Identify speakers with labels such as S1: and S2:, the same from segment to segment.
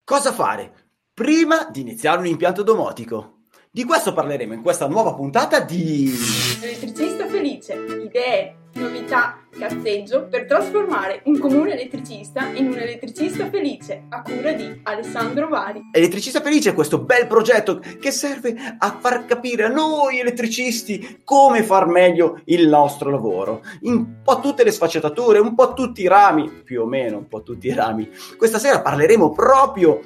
S1: Cosa fare prima di iniziare un impianto domotico? Di questo parleremo in questa nuova puntata di
S2: Elettricista felice, idee, novità, cazzeggio per trasformare un comune elettricista in un elettricista felice, a cura di Alessandro Vari.
S1: Elettricista felice è questo bel progetto che serve a far capire a noi elettricisti come far meglio il nostro lavoro, in un po' tutte le sfaccettature, un po' tutti i rami, più o meno un po' tutti i rami. Questa sera parleremo proprio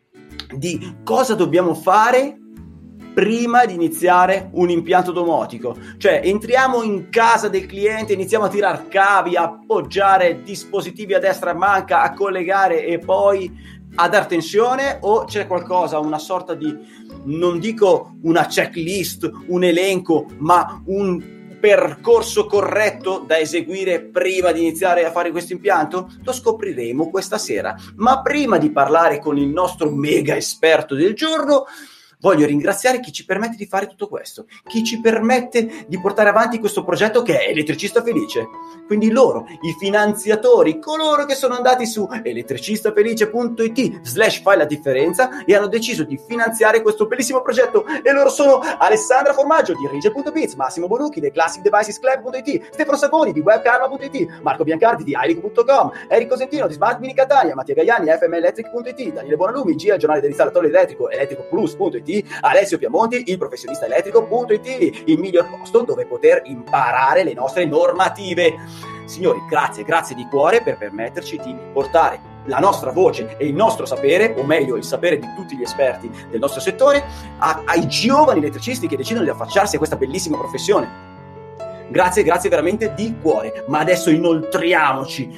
S1: di cosa dobbiamo fare prima di iniziare un impianto domotico. Cioè, entriamo in casa del cliente, iniziamo a tirare cavi, a appoggiare dispositivi a destra e a manca, a collegare e poi a dar tensione, o c'è qualcosa, una sorta di, non dico una checklist, un elenco, ma un percorso corretto da eseguire prima di iniziare a fare questo impianto? Lo scopriremo questa sera. Ma prima di parlare con il nostro mega esperto del giorno, voglio ringraziare chi ci permette di fare tutto questo, chi ci permette di portare avanti questo progetto che è Elettricista Felice. Quindi loro, i finanziatori, coloro che sono andati su elettricistafelice.it/fai la differenza e hanno deciso di finanziare questo bellissimo progetto, e loro sono Alessandra Formaggio di Rigel.biz, Massimo Bonucchi di ClassicDevicesClub.it, Stefano Savoni di Webkarma.it, Marco Biancardi di Airico.com, Enrico Sentino di Smart Mini Catania, Mattia Gaiani di FMElectric.it, Daniele Bonalumi, GIA, il giornale dell'installatore elettrico, ElettricoPlus.it, Alessio Piamonti, il professionista elettrico.it, il miglior posto dove poter imparare le nostre normative. Signori, grazie di cuore per permetterci di portare la nostra voce e il nostro sapere, o meglio il sapere di tutti gli esperti del nostro settore, ai giovani elettricisti che decidono di affacciarsi a questa bellissima professione. Grazie veramente di cuore. Ma adesso inoltriamoci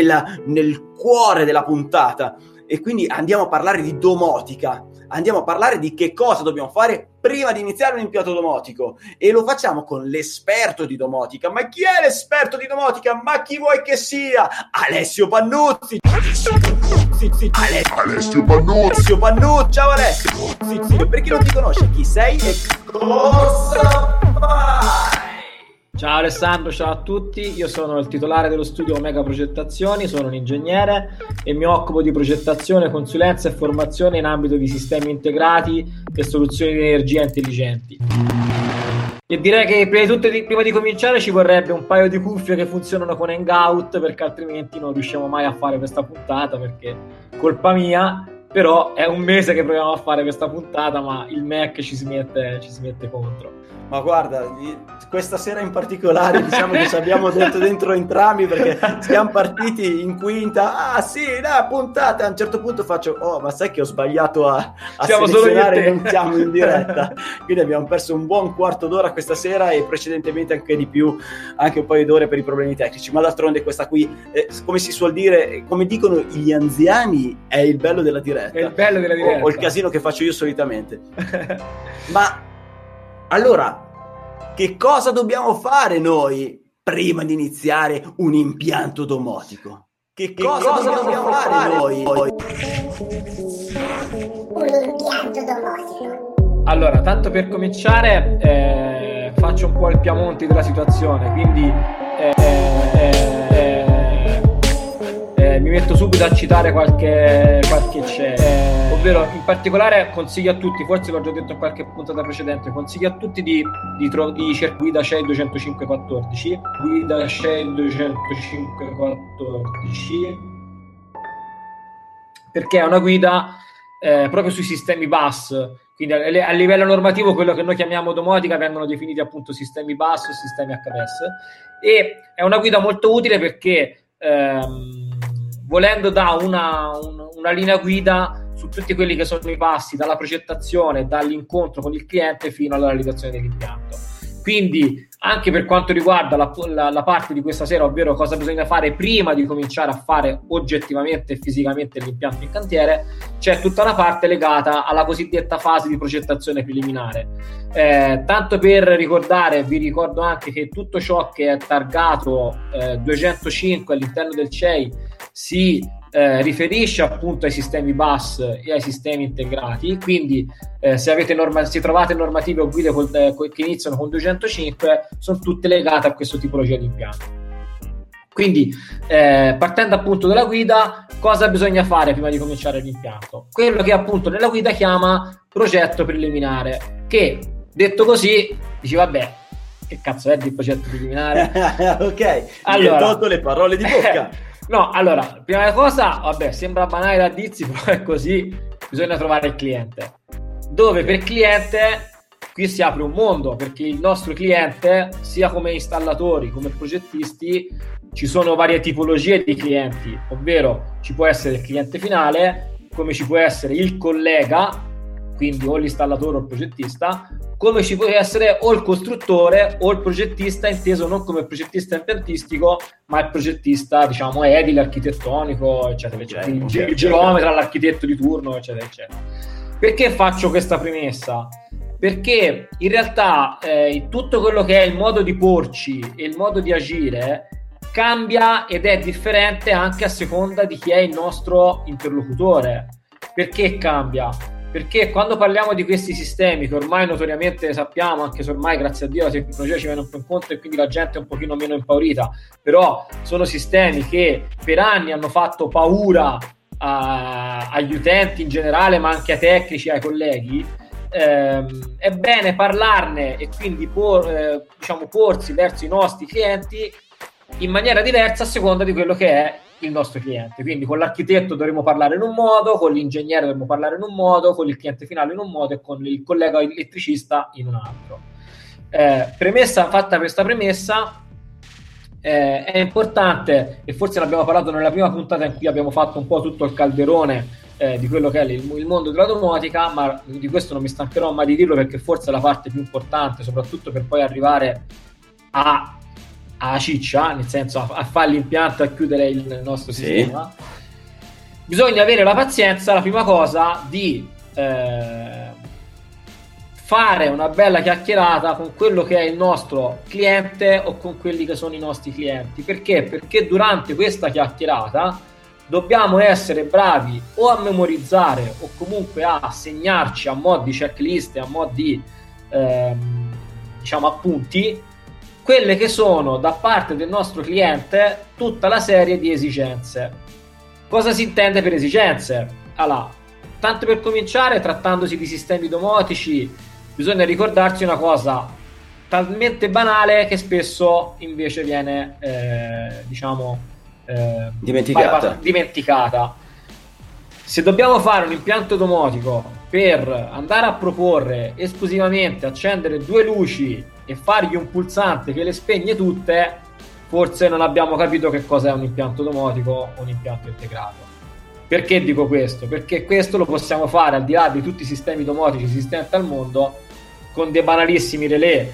S1: nel cuore della puntata e quindi andiamo a parlare di domotica. Andiamo a parlare di che cosa dobbiamo fare prima di iniziare un impianto domotico, e lo facciamo con l'esperto di domotica. Ma chi è l'esperto di domotica? Ma chi vuoi che sia? Alessio Pannuzzi. Alessio Pannuzzi. Ciao Alessio. Per chi non ti conosce, chi sei e cosa fai?
S3: Ciao Alessandro, ciao a tutti, io sono il titolare dello studio Omega Progettazioni, sono un ingegnere e mi occupo di progettazione, consulenza e formazione in ambito di sistemi integrati e soluzioni di energia intelligenti. E direi che prima di cominciare ci vorrebbe un paio di cuffie che funzionano con Hangout, perché altrimenti non riusciamo mai a fare questa puntata, perché colpa mia, però è un mese che proviamo a fare questa puntata, ma il Mac ci si mette contro.
S1: Ma guarda, questa sera in particolare diciamo che ci abbiamo detto dentro entrambi, perché siamo partiti in quinta. Ah sì, la puntata, a un certo punto faccio, ma sai che ho sbagliato a selezionare, non siamo in diretta. Quindi abbiamo perso un buon quarto d'ora questa sera e precedentemente anche di più, anche un paio d'ore per i problemi tecnici. Ma d'altronde questa qui, come si suol dire, come dicono gli anziani, è il bello della diretta.
S3: È il bello della diretta.
S1: O il casino che faccio io solitamente. Ma allora, che cosa dobbiamo fare noi prima di iniziare un impianto domotico? Che cosa dobbiamo fare noi?
S4: Un impianto domotico.
S3: Allora, tanto per cominciare, faccio un po' il Piamonti della situazione, quindi mi metto subito a citare qualche c'è, ovvero in particolare consiglio a tutti, forse l'ho già detto in qualche puntata precedente, consiglio a tutti di cercare guida CHEI 20514, guida CHEI 20514, perché è una guida proprio sui sistemi bus. Quindi a livello normativo quello che noi chiamiamo domotica vengono definiti appunto sistemi bus o sistemi HPS, e è una guida molto utile perché volendo dà una linea guida su tutti quelli che sono i passi dalla progettazione, dall'incontro con il cliente fino alla realizzazione dell'impianto. Quindi anche per quanto riguarda la parte di questa sera, ovvero cosa bisogna fare prima di cominciare a fare oggettivamente e fisicamente l'impianto in cantiere, c'è tutta una parte legata alla cosiddetta fase di progettazione preliminare. Tanto per ricordare, vi ricordo anche che tutto ciò che è targato 205 all'interno del CHEI si riferisce appunto ai sistemi bus e ai sistemi integrati, quindi se trovate normative o guide che iniziano con 205 sono tutte legate a questo tipologia di impianto. Quindi partendo appunto dalla guida, cosa bisogna fare prima di cominciare l'impianto? Quello che appunto nella guida chiama progetto preliminare, che detto così dici vabbè, che cazzo è di progetto preliminare?
S1: Ok,
S3: allora,
S1: mi hai tolto le parole di bocca.
S3: No, allora, prima cosa, vabbè, sembra banale da dirsi, però è così, bisogna trovare il cliente. Dove per cliente qui si apre un mondo, perché il nostro cliente, sia come installatori, come progettisti, ci sono varie tipologie di clienti, ovvero ci può essere il cliente finale, come ci può essere il collega, quindi o l'installatore o il progettista, come ci può essere o il costruttore o il progettista, inteso non come progettista impiantistico, ma il progettista, diciamo, edile, architettonico, eccetera, eccetera. Il geometra, l'architetto di turno, eccetera, eccetera. Perché faccio questa premessa? Perché in realtà tutto quello che è il modo di porci e il modo di agire cambia ed è differente anche a seconda di chi è il nostro interlocutore. Perché cambia? Perché quando parliamo di questi sistemi, che ormai notoriamente sappiamo, anche se ormai grazie a Dio la tecnologia ci viene un po' incontro e quindi la gente è un pochino meno impaurita, però sono sistemi che per anni hanno fatto paura agli utenti in generale, ma anche ai tecnici, ai colleghi, è bene parlarne e quindi porsi verso i nostri clienti in maniera diversa a seconda di quello che è il nostro cliente. Quindi con l'architetto dovremo parlare in un modo, con l'ingegnere dovremo parlare in un modo, con il cliente finale in un modo e con il collega elettricista in un altro. Fatta questa premessa, è importante, e forse ne abbiamo parlato nella prima puntata in cui abbiamo fatto un po' tutto il calderone di quello che è il mondo della domotica, ma di questo non mi stancherò mai di dirlo perché forse è la parte più importante, soprattutto per poi arrivare a ciccia, nel senso a fare l'impianto e a chiudere il nostro sistema. Bisogna avere la pazienza, la prima cosa, di fare una bella chiacchierata con quello che è il nostro cliente o con quelli che sono i nostri clienti. Perché? Perché durante questa chiacchierata dobbiamo essere bravi o a memorizzare o comunque a segnarci a mo' di checklist, a mo' di diciamo appunti, quelle che sono da parte del nostro cliente tutta la serie di esigenze. Cosa si intende per esigenze? Allora, tanto per cominciare, trattandosi di sistemi domotici, bisogna ricordarsi una cosa talmente banale che spesso invece viene dimenticata. Se dobbiamo fare un impianto domotico per andare a proporre esclusivamente accendere 2 luci e fargli un pulsante che le spegne tutte, forse non abbiamo capito che cosa è un impianto domotico o un impianto integrato. Perché dico questo? Perché questo lo possiamo fare al di là di tutti i sistemi domotici esistenti al mondo con dei banalissimi relè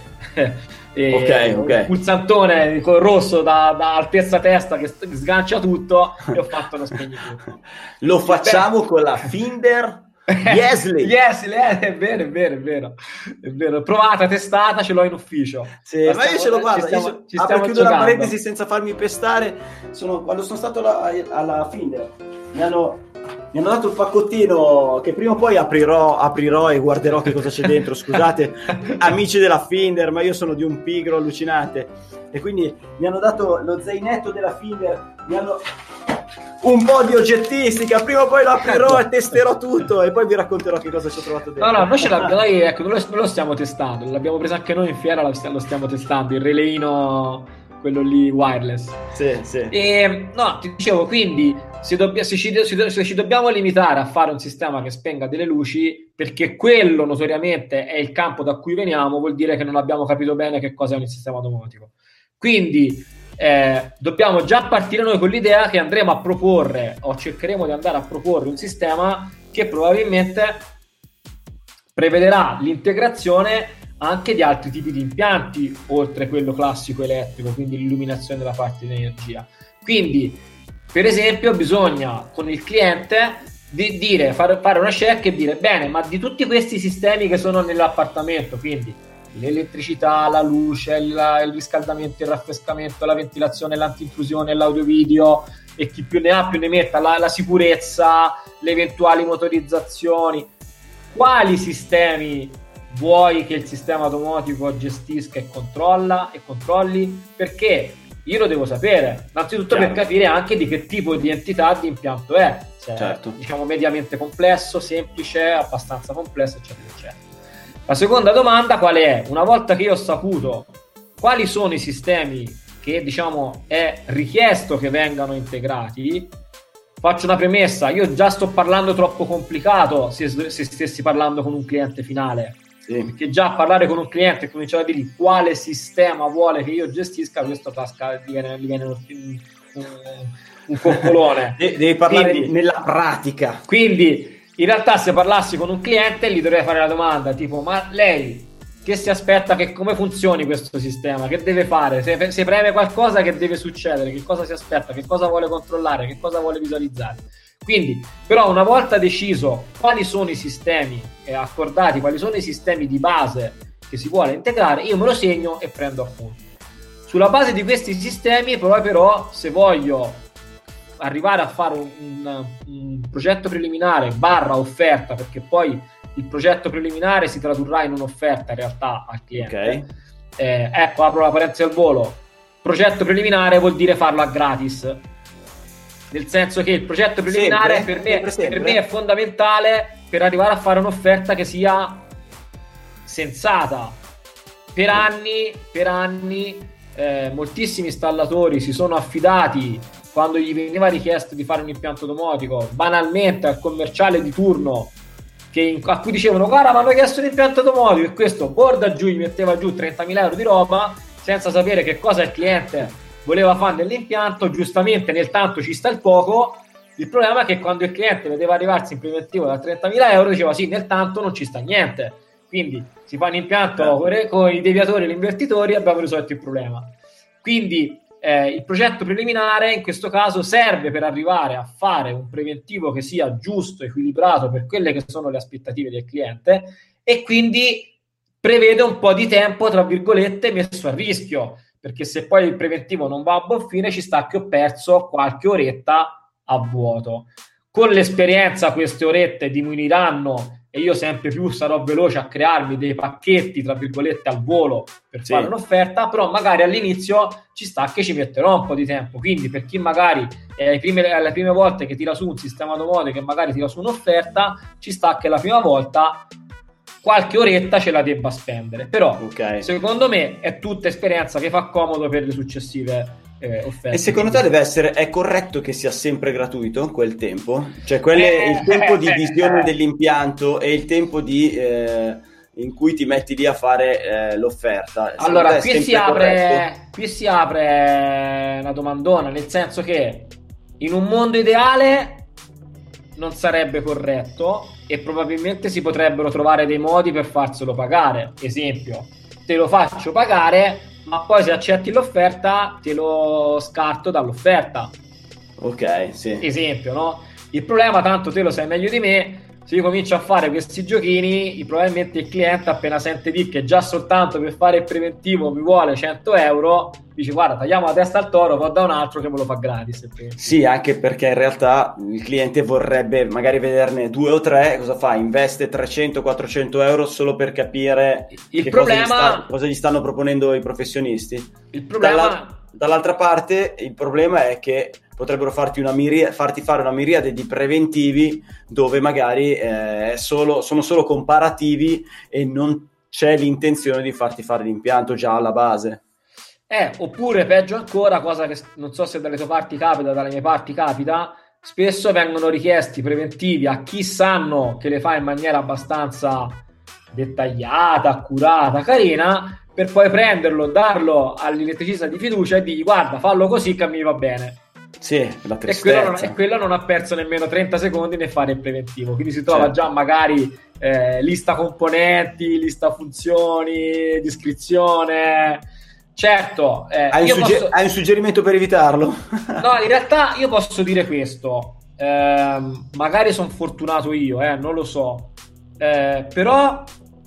S3: un pulsantone con rosso da altezza testa che sgancia tutto e ho fatto lo spegni tutto.
S1: Lo facciamo con la Finder Yesley.
S3: È vero. Provata, testata, ce l'ho in ufficio.
S1: Sì, ma io ce l'ho, guarda, apro, chiudo la parentesi senza farmi pestare. Quando sono stato alla Finder mi hanno dato il paccottino che prima o poi aprirò e guarderò che cosa c'è dentro. Scusate amici della Finder, ma io sono di un pigro allucinante e quindi mi hanno dato lo zainetto della Finder, mi hanno un po' di oggettistica, prima o poi lo aprirò e testerò tutto e poi vi racconterò che cosa ci ho trovato dentro.
S3: No, noi ce l'abbiamo, noi lo stiamo testando, l'abbiamo preso anche noi in fiera, lo stiamo testando, il relayino, quello lì wireless.
S1: Sì.
S3: E no, ti dicevo, quindi se ci dobbiamo limitare a fare un sistema che spenga delle luci, perché quello notoriamente è il campo da cui veniamo, vuol dire che non abbiamo capito bene che cosa è un sistema domotico. Quindi dobbiamo già partire noi con l'idea che andremo a proporre o cercheremo di andare a proporre un sistema che probabilmente prevederà l'integrazione anche di altri tipi di impianti oltre quello classico elettrico, quindi l'illuminazione della parte di energia. Quindi per esempio bisogna con il cliente fare una check e dire bene, ma di tutti questi sistemi che sono nell'appartamento, quindi l'elettricità, la luce, il riscaldamento, il raffrescamento, la ventilazione, l'antintrusione, l'audio video e chi più ne ha più ne metta, la sicurezza, le eventuali motorizzazioni, quali sistemi vuoi che il sistema domotico gestisca e controlli? Perché io lo devo sapere, innanzitutto per capire anche di che tipo di entità di impianto è, se
S1: certo.
S3: diciamo mediamente complesso, semplice, abbastanza complesso, eccetera eccetera. La seconda domanda qual è? Una volta che io ho saputo quali sono i sistemi che diciamo è richiesto che vengano integrati, faccio una premessa: io già sto parlando troppo complicato se stessi parlando con un cliente finale, perché già parlare con un cliente e cominciare a dirgli quale sistema vuole che io gestisca, questo gli viene un coccolone.
S1: Devi parlare nella pratica.
S3: Quindi in realtà se parlassi con un cliente gli dovrei fare la domanda tipo: ma lei che si aspetta, che come funzioni questo sistema, che deve fare, se preme qualcosa che deve succedere, che cosa si aspetta, che cosa vuole controllare, che cosa vuole visualizzare. Quindi però una volta deciso quali sono i sistemi accordati, quali sono i sistemi di base che si vuole integrare, io me lo segno e prendo appunti. Sulla base di questi sistemi poi però, se voglio arrivare a fare un progetto preliminare / offerta, perché poi il progetto preliminare si tradurrà in un'offerta in realtà al cliente. Ecco, apro la parentesi al volo: progetto preliminare vuol dire farlo a gratis, nel senso che il progetto preliminare per me è fondamentale per arrivare a fare un'offerta che sia sensata. Per anni moltissimi installatori si sono affidati, quando gli veniva richiesto di fare un impianto domotico, banalmente al commerciale di turno, a cui dicevano: guarda, mi hanno chiesto un impianto domotico, e questo borda giù, gli metteva giù 30.000 euro di roba senza sapere che cosa il cliente voleva fare nell'impianto. Giustamente nel tanto ci sta il poco. Il problema è che quando il cliente vedeva arrivarsi in preventivo da 30.000 euro diceva: sì, nel tanto non ci sta niente, quindi si fa un impianto con i deviatori e gli invertitori e abbiamo risolto il problema. Quindi il progetto preliminare in questo caso serve per arrivare a fare un preventivo che sia giusto, equilibrato per quelle che sono le aspettative del cliente, e quindi prevede un po' di tempo, tra virgolette, messo a rischio, perché se poi il preventivo non va a buon fine ci sta che ho perso qualche oretta a vuoto. Con l'esperienza queste orette diminuiranno e io sempre più sarò veloce a crearmi dei pacchetti, tra virgolette, al volo per fare un'offerta, però magari all'inizio ci sta che ci metterò un po' di tempo. Quindi per chi magari alle prime volte che tira su un sistema domotico, che magari tira su un'offerta, ci sta che la prima volta qualche oretta ce la debba spendere, però secondo me è tutta esperienza che fa comodo per le successive offerte.
S1: E secondo te è corretto che sia sempre gratuito quel tempo? Cioè il tempo di visione dell'impianto e il tempo in cui ti metti lì a fare l'offerta?
S3: Allora, qui si apre una domandona, nel senso che in un mondo ideale non sarebbe corretto e probabilmente si potrebbero trovare dei modi per farselo pagare. Esempio, te lo faccio pagare, ma poi se accetti l'offerta te lo scarto dall'offerta. Esempio, no? Il problema, tanto te lo sai meglio di me, se io comincio a fare questi giochini, probabilmente il cliente appena sente di che già soltanto per fare il preventivo mi vuole 100 euro, dice: guarda, tagliamo la testa al toro, poi da un altro che me lo fa gratis.
S1: Sì, anche perché in realtà il cliente vorrebbe magari vederne 2 o 3, cosa fa? Investe 300-400 euro solo per capire cosa gli stanno proponendo i professionisti. Il problema... Dall'altra parte il problema è che potrebbero farti fare una miriade di preventivi dove magari sono solo comparativi e non c'è l'intenzione di farti fare l'impianto già alla base.
S3: Oppure peggio ancora, cosa che non so se dalle tue parti capita, dalle mie parti capita, spesso vengono richiesti preventivi a chi sanno che le fa in maniera abbastanza dettagliata, accurata, carina, per poi prenderlo, darlo all'elettricista di fiducia e dirgli: guarda, fallo così che mi va bene.
S1: Sì, la tristezza.
S3: E quello non ha perso nemmeno 30 secondi nel fare il preventivo, quindi si trova già magari lista componenti, lista funzioni, descrizione. Certo,
S1: hai un suggerimento per evitarlo?
S3: No, in realtà io posso dire questo, magari sono fortunato io, non lo so, però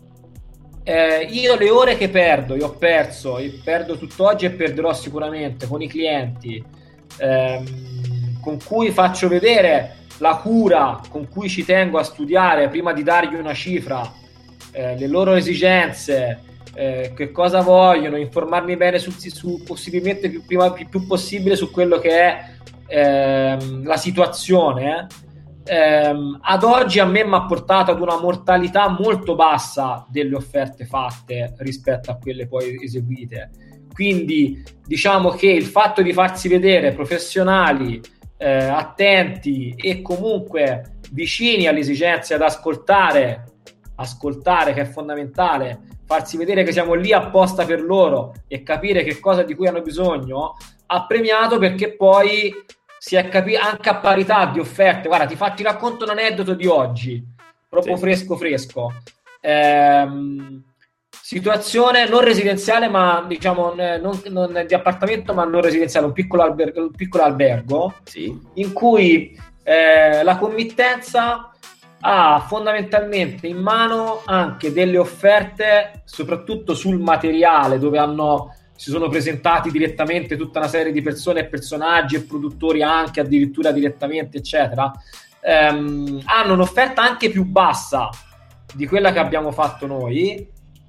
S3: io le ore che perdo, io ho perso e perdo tutt'oggi e perderò sicuramente con i clienti con cui faccio vedere la cura con cui ci tengo a studiare prima di dargli una cifra, le loro esigenze, che cosa vogliono, informarmi bene su possibilmente più possibile su quello che è la situazione. Ad oggi a me mi ha portato ad una mortalità molto bassa delle offerte fatte rispetto a quelle poi eseguite. Quindi diciamo che il fatto di farsi vedere professionali, attenti e comunque vicini alle esigenze, ad ascoltare che è fondamentale, farsi vedere che siamo lì apposta per loro e capire che cosa di cui hanno bisogno, ha premiato, perché poi si è capito anche a parità di offerte. Guarda, ti racconto un aneddoto di oggi, proprio fresco. Situazione non residenziale, ma diciamo non di appartamento, ma non residenziale, un piccolo albergo, sì, in cui la committenza ha fondamentalmente in mano anche delle offerte, soprattutto sul materiale, dove si sono presentati direttamente tutta una serie di persone e personaggi e produttori, anche addirittura direttamente, eccetera. Hanno un'offerta anche più bassa di quella che abbiamo fatto noi,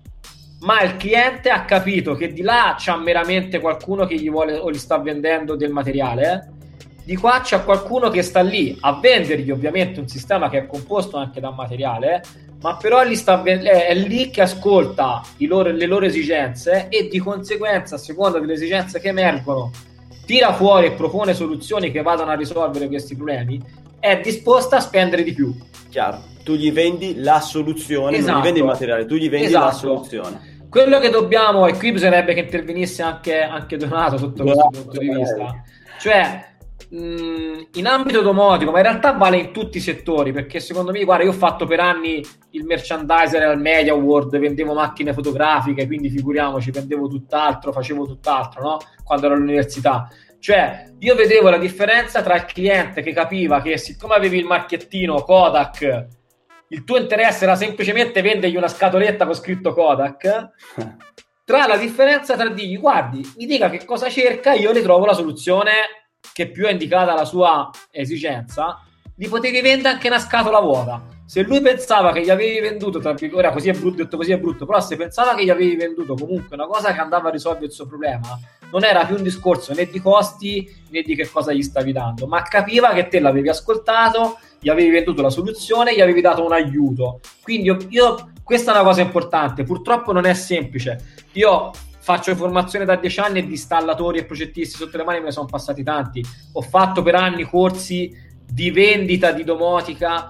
S3: ma il cliente ha capito che di là c'ha meramente qualcuno che gli vuole o gli sta vendendo del materiale, di qua c'è qualcuno che sta lì a vendergli ovviamente un sistema che è composto anche da materiale, ma però è lì che ascolta le loro esigenze, e di conseguenza, a seconda delle esigenze che emergono, tira fuori e propone soluzioni che vadano a risolvere questi problemi, è disposta a spendere di più.
S5: Chiaro, tu gli vendi la soluzione, non gli vendi il materiale, tu gli vendi la soluzione.
S3: Quello che dobbiamo, e qui bisognerebbe che intervenisse anche Donato sotto questo punto di vista, cioè in ambito domotico, ma in realtà vale in tutti i settori, perché secondo me, guarda, io ho fatto per anni il merchandiser al Media World, vendevo macchine fotografiche, quindi figuriamoci, vendevo tutt'altro, facevo tutt'altro, no? Quando ero all'università. Cioè, io vedevo la differenza tra il cliente che capiva che siccome avevi il marchettino Kodak, il tuo interesse era semplicemente vendergli una scatoletta con scritto Kodak, tra la differenza tra dirgli: guardi, mi dica che cosa cerca, io le trovo la soluzione che più è indicata alla sua esigenza. Gli potevi vendere anche una scatola vuota. Se lui pensava che gli avevi venduto, ora così è brutto, detto così è brutto, però se pensava che gli avevi venduto comunque una cosa che andava a risolvere il suo problema, non era più un discorso né di costi né di che cosa gli stavi dando, ma capiva che te l'avevi ascoltato, gli avevi venduto la soluzione, gli avevi dato un aiuto. Quindi io questa è una cosa importante, purtroppo non è semplice. Io faccio formazione da 10 anni e di installatori e progettisti sotto le mani me ne sono passati tanti. Ho fatto per anni corsi di vendita di domotica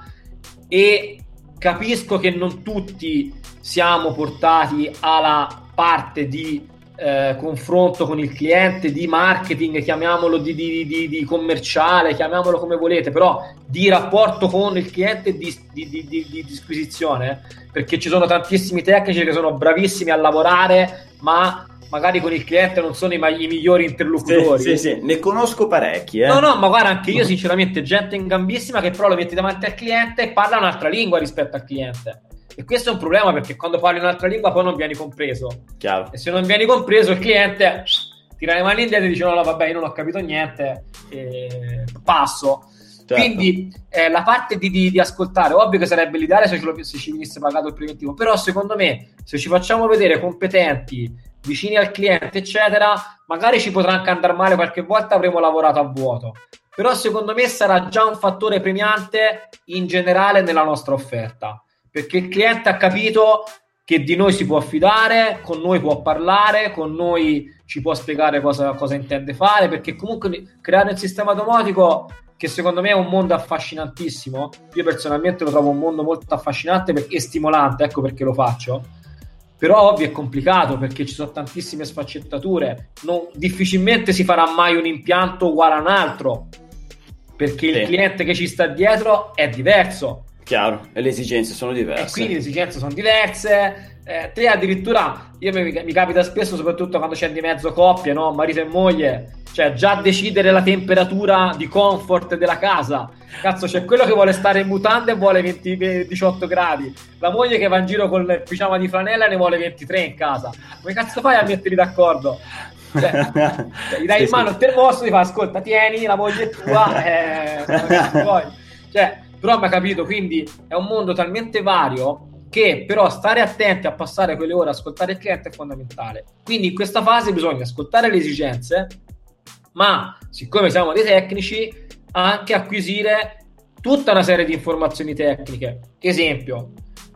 S3: e capisco che non tutti siamo portati alla parte di confronto con il cliente, di marketing, chiamiamolo di commerciale, chiamiamolo come volete, però di rapporto con il cliente, di disquisizione, perché ci sono tantissimi tecnici che sono bravissimi a lavorare, ma magari con il cliente non sono i migliori interlocutori.
S5: Sì, ne conosco parecchi.
S3: No, ma guarda, anche io sinceramente, gente in gambissima che però lo metti davanti al cliente e parla un'altra lingua rispetto al cliente. E questo è un problema, perché quando parli un'altra lingua poi non vieni compreso. Chiaro. E se non vieni compreso, il cliente tira le mani indietro e dice: no, vabbè, io non ho capito niente, passo. Certo. Quindi la parte di ascoltare, ovvio che sarebbe l'ideale se ci venisse pagato il preventivo, però secondo me se ci facciamo vedere competenti, vicini al cliente, eccetera, magari ci potrà anche andare male qualche volta, avremo lavorato a vuoto, però secondo me sarà già un fattore premiante in generale nella nostra offerta, perché il cliente ha capito che di noi si può affidare, con noi può parlare, con noi ci può spiegare cosa intende fare, perché comunque creare un sistema domotico, che secondo me è un mondo affascinantissimo, io personalmente lo trovo un mondo molto affascinante e stimolante, ecco perché lo faccio, però ovvio è complicato, perché ci sono tantissime sfaccettature, difficilmente si farà mai un impianto uguale a un altro, perché il cliente che ci sta dietro è diverso.
S5: Chiaro, e le esigenze sono diverse.
S3: E quindi le esigenze sono diverse. Te addirittura, mi capita spesso, soprattutto quando c'è di mezzo coppie, no? Marito e moglie, cioè già decidere la temperatura di comfort della casa. Cazzo, c'è quello che vuole stare in mutande e vuole 18 gradi, la moglie che va in giro con il pigiama di flanella ne vuole 23 in casa. Come cazzo fai a metterli d'accordo? Cioè, gli dai in mano il termostato, ti fa: ascolta, tieni, la moglie è tua, poi. Cioè, però mi ha capito, quindi è un mondo talmente vario che però stare attenti a passare quelle ore a ascoltare il cliente è fondamentale. Quindi in questa fase bisogna ascoltare le esigenze, ma siccome siamo dei tecnici, anche acquisire tutta una serie di informazioni tecniche. Esempio,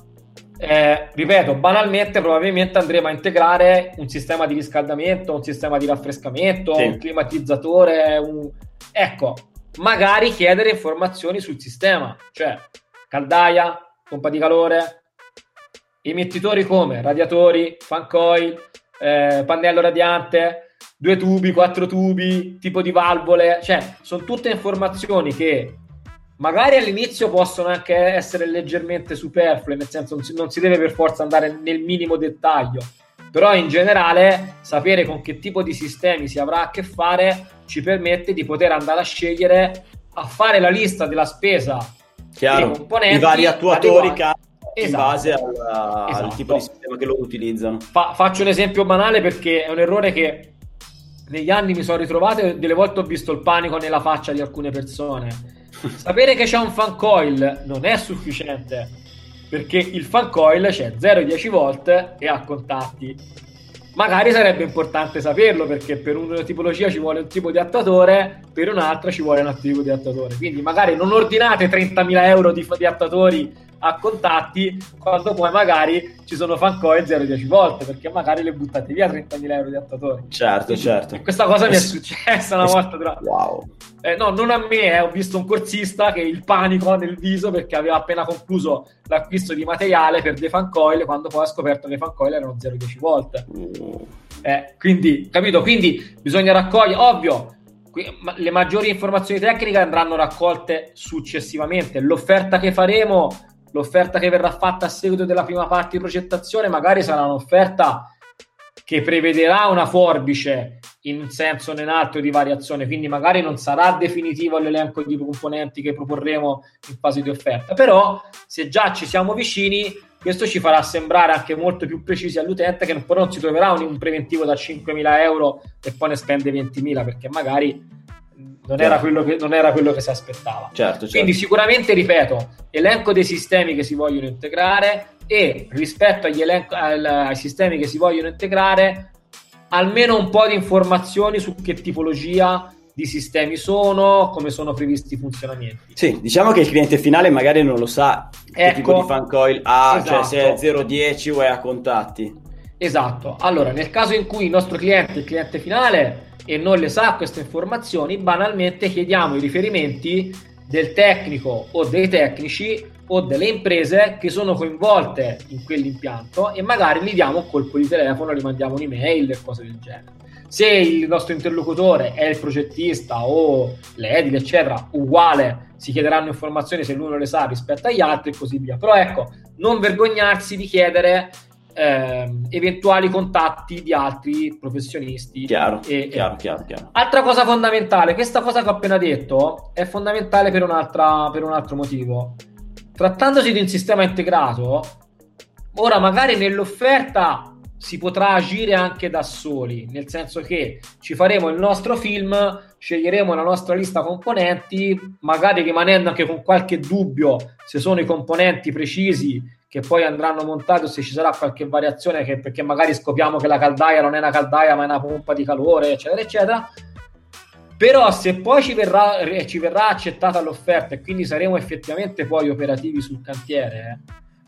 S3: ripeto, banalmente probabilmente andremo a integrare un sistema di riscaldamento, un sistema di raffrescamento, un climatizzatore, ecco, magari chiedere informazioni sul sistema, cioè caldaia, pompa di calore, emettitori come radiatori, fan coil, pannello radiante, 2 tubi, 4 tubi, tipo di valvole, cioè sono tutte informazioni che magari all'inizio possono anche essere leggermente superflue, nel senso non si deve per forza andare nel minimo dettaglio, però in generale sapere con che tipo di sistemi si avrà a che fare ci permette di poter andare a scegliere, a fare la lista della spesa,
S5: chiaro,
S3: dei componenti,
S5: i vari attuatori in base
S3: esatto.
S5: al tipo di sistema che lo utilizzano.
S3: Faccio un esempio banale perché è un errore che negli anni mi sono ritrovato e delle volte ho visto il panico nella faccia di alcune persone. Sapere che c'è un fan coil non è sufficiente, perché il fan coil c'è 0-10 volt e ha contatti. Magari sarebbe importante saperlo, perché per una tipologia ci vuole un tipo di attuatore, per un'altra ci vuole un altro tipo di attuatore. Quindi magari non ordinate 30.000 euro di attuatori a contatti quando poi magari ci sono fan coil 0-10 volt, perché magari le buttate via 30.000 euro di attuatori.
S5: Certo.
S3: E questa cosa mi è successa una volta.
S5: Wow.
S3: No, non a me, ho visto un corsista che il panico nel viso perché aveva appena concluso l'acquisto di materiale per dei fan coil, quando poi ha scoperto che i fan coil erano 0-10 volt. Quindi, capito? Quindi bisogna raccogliere, ovvio, le maggiori informazioni tecniche andranno raccolte successivamente. L'offerta che faremo, l'offerta che verrà fatta a seguito della prima parte di progettazione, magari sarà un'offerta che prevederà una forbice in un senso o in altro di variazione, quindi magari non sarà definitivo l'elenco di componenti che proporremo in fase di offerta, però se già ci siamo vicini, questo ci farà sembrare anche molto più precisi all'utente, che però non si troverà un preventivo da 5.000 euro e poi ne spende 20.000, perché magari non era quello che si aspettava.
S5: Certo.
S3: Quindi sicuramente, ripeto, elenco dei sistemi che si vogliono integrare, e rispetto ai sistemi che si vogliono integrare almeno un po' di informazioni su che tipologia di sistemi sono, come sono previsti i funzionamenti.
S5: Sì, diciamo che il cliente finale magari non lo sa che tipo di fan coil ha,
S3: esatto.
S5: Cioè se è 0-10 o è a contatti.
S3: Esatto. Allora, nel caso in cui il nostro cliente, il cliente finale, e non le sa queste informazioni, banalmente chiediamo i riferimenti del tecnico o dei tecnici o delle imprese che sono coinvolte in quell'impianto, e magari gli diamo un colpo di telefono, gli mandiamo un'email e cose del genere. Se il nostro interlocutore è il progettista o l'edile, eccetera, uguale, si chiederanno informazioni se lui non le sa rispetto agli altri e così via. Però ecco, non vergognarsi di chiedere eventuali contatti di altri professionisti.
S5: Chiaro.
S3: Altra cosa fondamentale, questa cosa che ho appena detto è fondamentale per un altro motivo. Trattandosi di un sistema integrato, ora magari nell'offerta si potrà agire anche da soli, nel senso che ci faremo il nostro film, sceglieremo la nostra lista componenti, magari rimanendo anche con qualche dubbio se sono i componenti precisi che poi andranno montati o se ci sarà qualche variazione, perché magari scopriamo che la caldaia non è una caldaia ma è una pompa di calore, eccetera eccetera. Però se poi ci verrà accettata l'offerta e quindi saremo effettivamente poi operativi sul cantiere,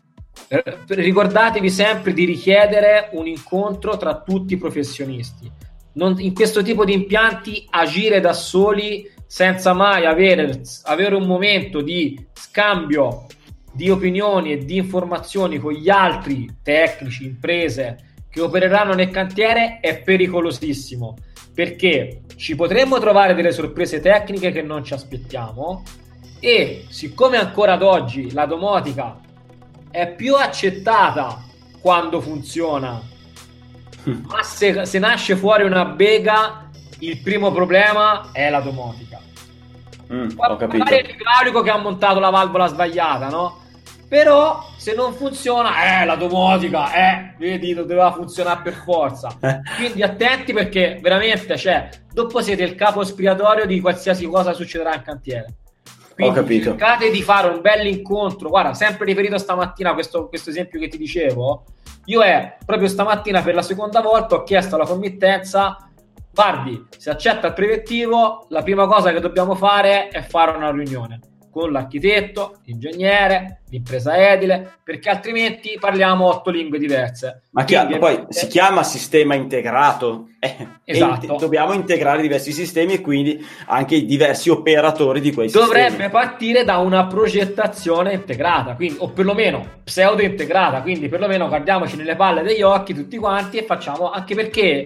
S3: ricordatevi sempre di richiedere un incontro tra tutti i professionisti. In questo tipo di impianti agire da soli senza mai avere un momento di scambio di opinioni e di informazioni con gli altri tecnici, imprese che opereranno nel cantiere è pericolosissimo, perché ci potremmo trovare delle sorprese tecniche che non ci aspettiamo, e siccome ancora ad oggi la domotica è più accettata quando funziona, ma se nasce fuori una bega, il primo problema è la domotica.
S5: Ho capito.
S3: Magari è l'idraulico che ha montato la valvola sbagliata, no? Però se non funziona, la domotica, vedi, doveva funzionare per forza. Quindi attenti, perché veramente, dopo siete il capo espiatorio di qualsiasi cosa succederà in cantiere. Quindi
S5: ho capito.
S3: cercate di fare un bel incontro. Guarda, sempre riferito stamattina a questo esempio che ti dicevo, io proprio stamattina per la seconda volta ho chiesto alla committenza: guardi, se accetta il preventivo, la prima cosa che dobbiamo fare è fare una riunione con l'architetto, l'ingegnere, l'impresa edile, perché altrimenti parliamo 8 lingue diverse.
S5: Ma poi si chiama sistema integrato.
S3: Esatto.
S5: Dobbiamo integrare diversi sistemi e quindi anche i diversi operatori di quei sistemi.
S3: Dovrebbe partire da una progettazione integrata, quindi, o perlomeno pseudo integrata, quindi perlomeno guardiamoci nelle palle degli occhi tutti quanti e facciamo, anche perché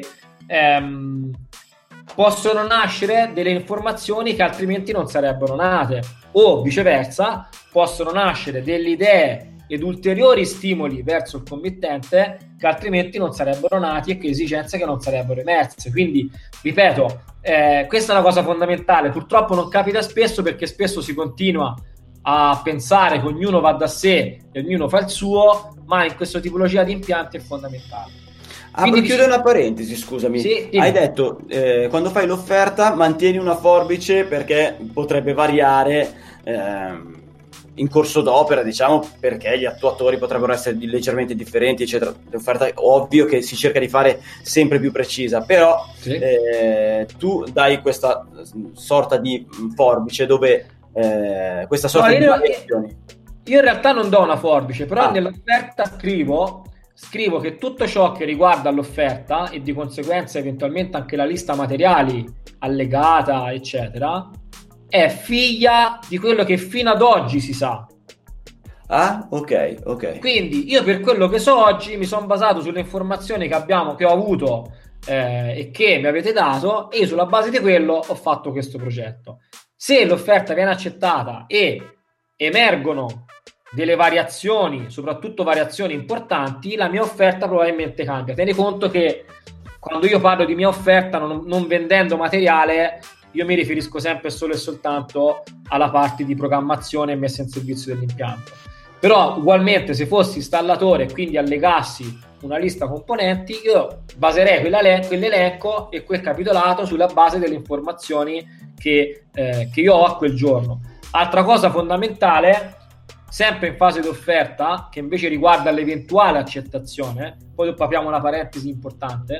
S3: possono nascere delle informazioni che altrimenti non sarebbero nate, o viceversa possono nascere delle idee ed ulteriori stimoli verso il committente che altrimenti non sarebbero nati e che esigenze che non sarebbero emerse. Quindi ripeto, questa è una cosa fondamentale, purtroppo non capita spesso, perché spesso si continua a pensare che ognuno va da sé e ognuno fa il suo, ma in questa tipologia di impianti è fondamentale.
S5: Quindi chiudo una parentesi, scusami.
S3: Sì,
S5: hai detto quando fai l'offerta mantieni una forbice perché potrebbe variare in corso d'opera, diciamo, perché gli attuatori potrebbero essere leggermente differenti, eccetera. L'offerta è ovvio che si cerca di fare sempre più precisa, però
S3: sì.
S5: Tu dai questa sorta di forbice dove questa sorta di variazioni.
S3: Io in realtà non do una forbice, però nell'offerta scrivo che tutto ciò che riguarda l'offerta e di conseguenza eventualmente anche la lista materiali allegata, eccetera, è figlia di quello che fino ad oggi si sa.
S5: Ah, ok.
S3: Quindi io, per quello che so oggi, mi sono basato sulle informazioni che ho avuto e che mi avete dato, e sulla base di quello ho fatto questo progetto. Se l'offerta viene accettata e emergono delle variazioni, soprattutto variazioni importanti, la mia offerta probabilmente cambia. Tieni conto che quando io parlo di mia offerta, non vendendo materiale, io mi riferisco sempre solo e soltanto alla parte di programmazione e messa in servizio dell'impianto. Però ugualmente, se fossi installatore e quindi allegassi una lista componenti, io baserei quell'elenco e quel capitolato sulla base delle informazioni che io ho a quel giorno. Altra cosa fondamentale, sempre in fase di offerta, che invece riguarda l'eventuale accettazione, poi dopo apriamo una parentesi importante,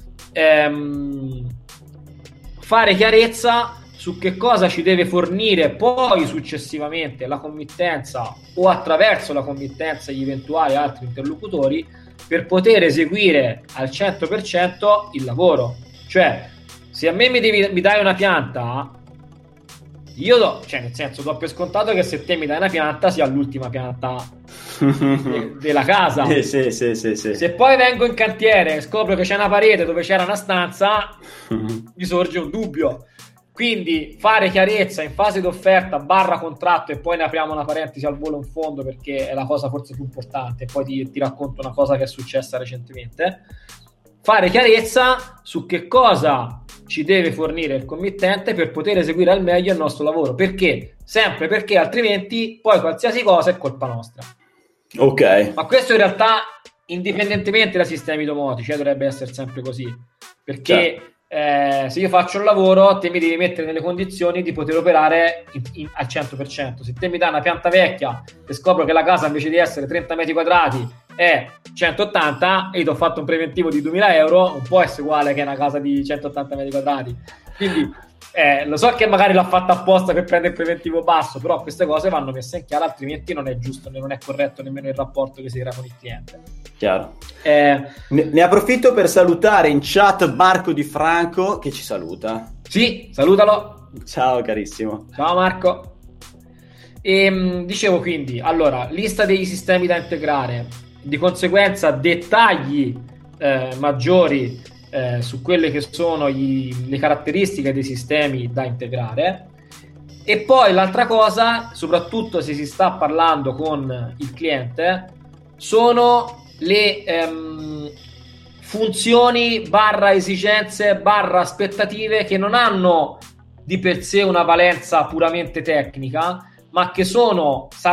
S3: fare chiarezza su che cosa ci deve fornire poi successivamente la committenza, o attraverso la committenza gli eventuali altri interlocutori, per poter eseguire al 100% il lavoro. Cioè, se a me mi dai una pianta, io do per scontato che se te mi dai una pianta sia l'ultima pianta della casa.
S5: Sì.
S3: Se poi vengo in cantiere e scopro che c'è una parete dove c'era una stanza, mi sorge un dubbio. Quindi fare chiarezza in fase di offerta / contratto, e poi ne apriamo una parentesi al volo in fondo perché è la cosa forse più importante, e poi ti racconto una cosa che è successa recentemente. Fare chiarezza su che cosa ci deve fornire il committente per poter eseguire al meglio il nostro lavoro, perché altrimenti poi qualsiasi cosa è colpa nostra.
S5: Ok.
S3: Ma questo in realtà, indipendentemente da sistemi domotici, dovrebbe essere sempre così, perché se io faccio un lavoro, te mi devi mettere nelle condizioni di poter operare al 100%. Se te mi dai una pianta vecchia e scopro che la casa invece di essere 30 metri quadrati è 180 e io ti ho fatto un preventivo di 2.000 euro, non può essere uguale che una casa di 180 metri quadrati. Quindi lo so che magari l'ha fatta apposta per prendere il preventivo basso, però queste cose vanno messe in chiaro, altrimenti non è giusto, non è corretto nemmeno il rapporto che si crea con il cliente.
S5: Chiaro. Ne approfitto per salutare in chat Marco Di Franco, che ci saluta.
S3: Sì, salutalo.
S5: Ciao carissimo.
S3: Ciao Marco. Dicevo, quindi, allora, lista dei sistemi da integrare, di conseguenza dettagli maggiori su quelle che sono le caratteristiche dei sistemi da integrare, e poi l'altra cosa, soprattutto se si sta parlando con il cliente, sono le funzioni / esigenze / aspettative che non hanno di per sé una valenza puramente tecnica, ma che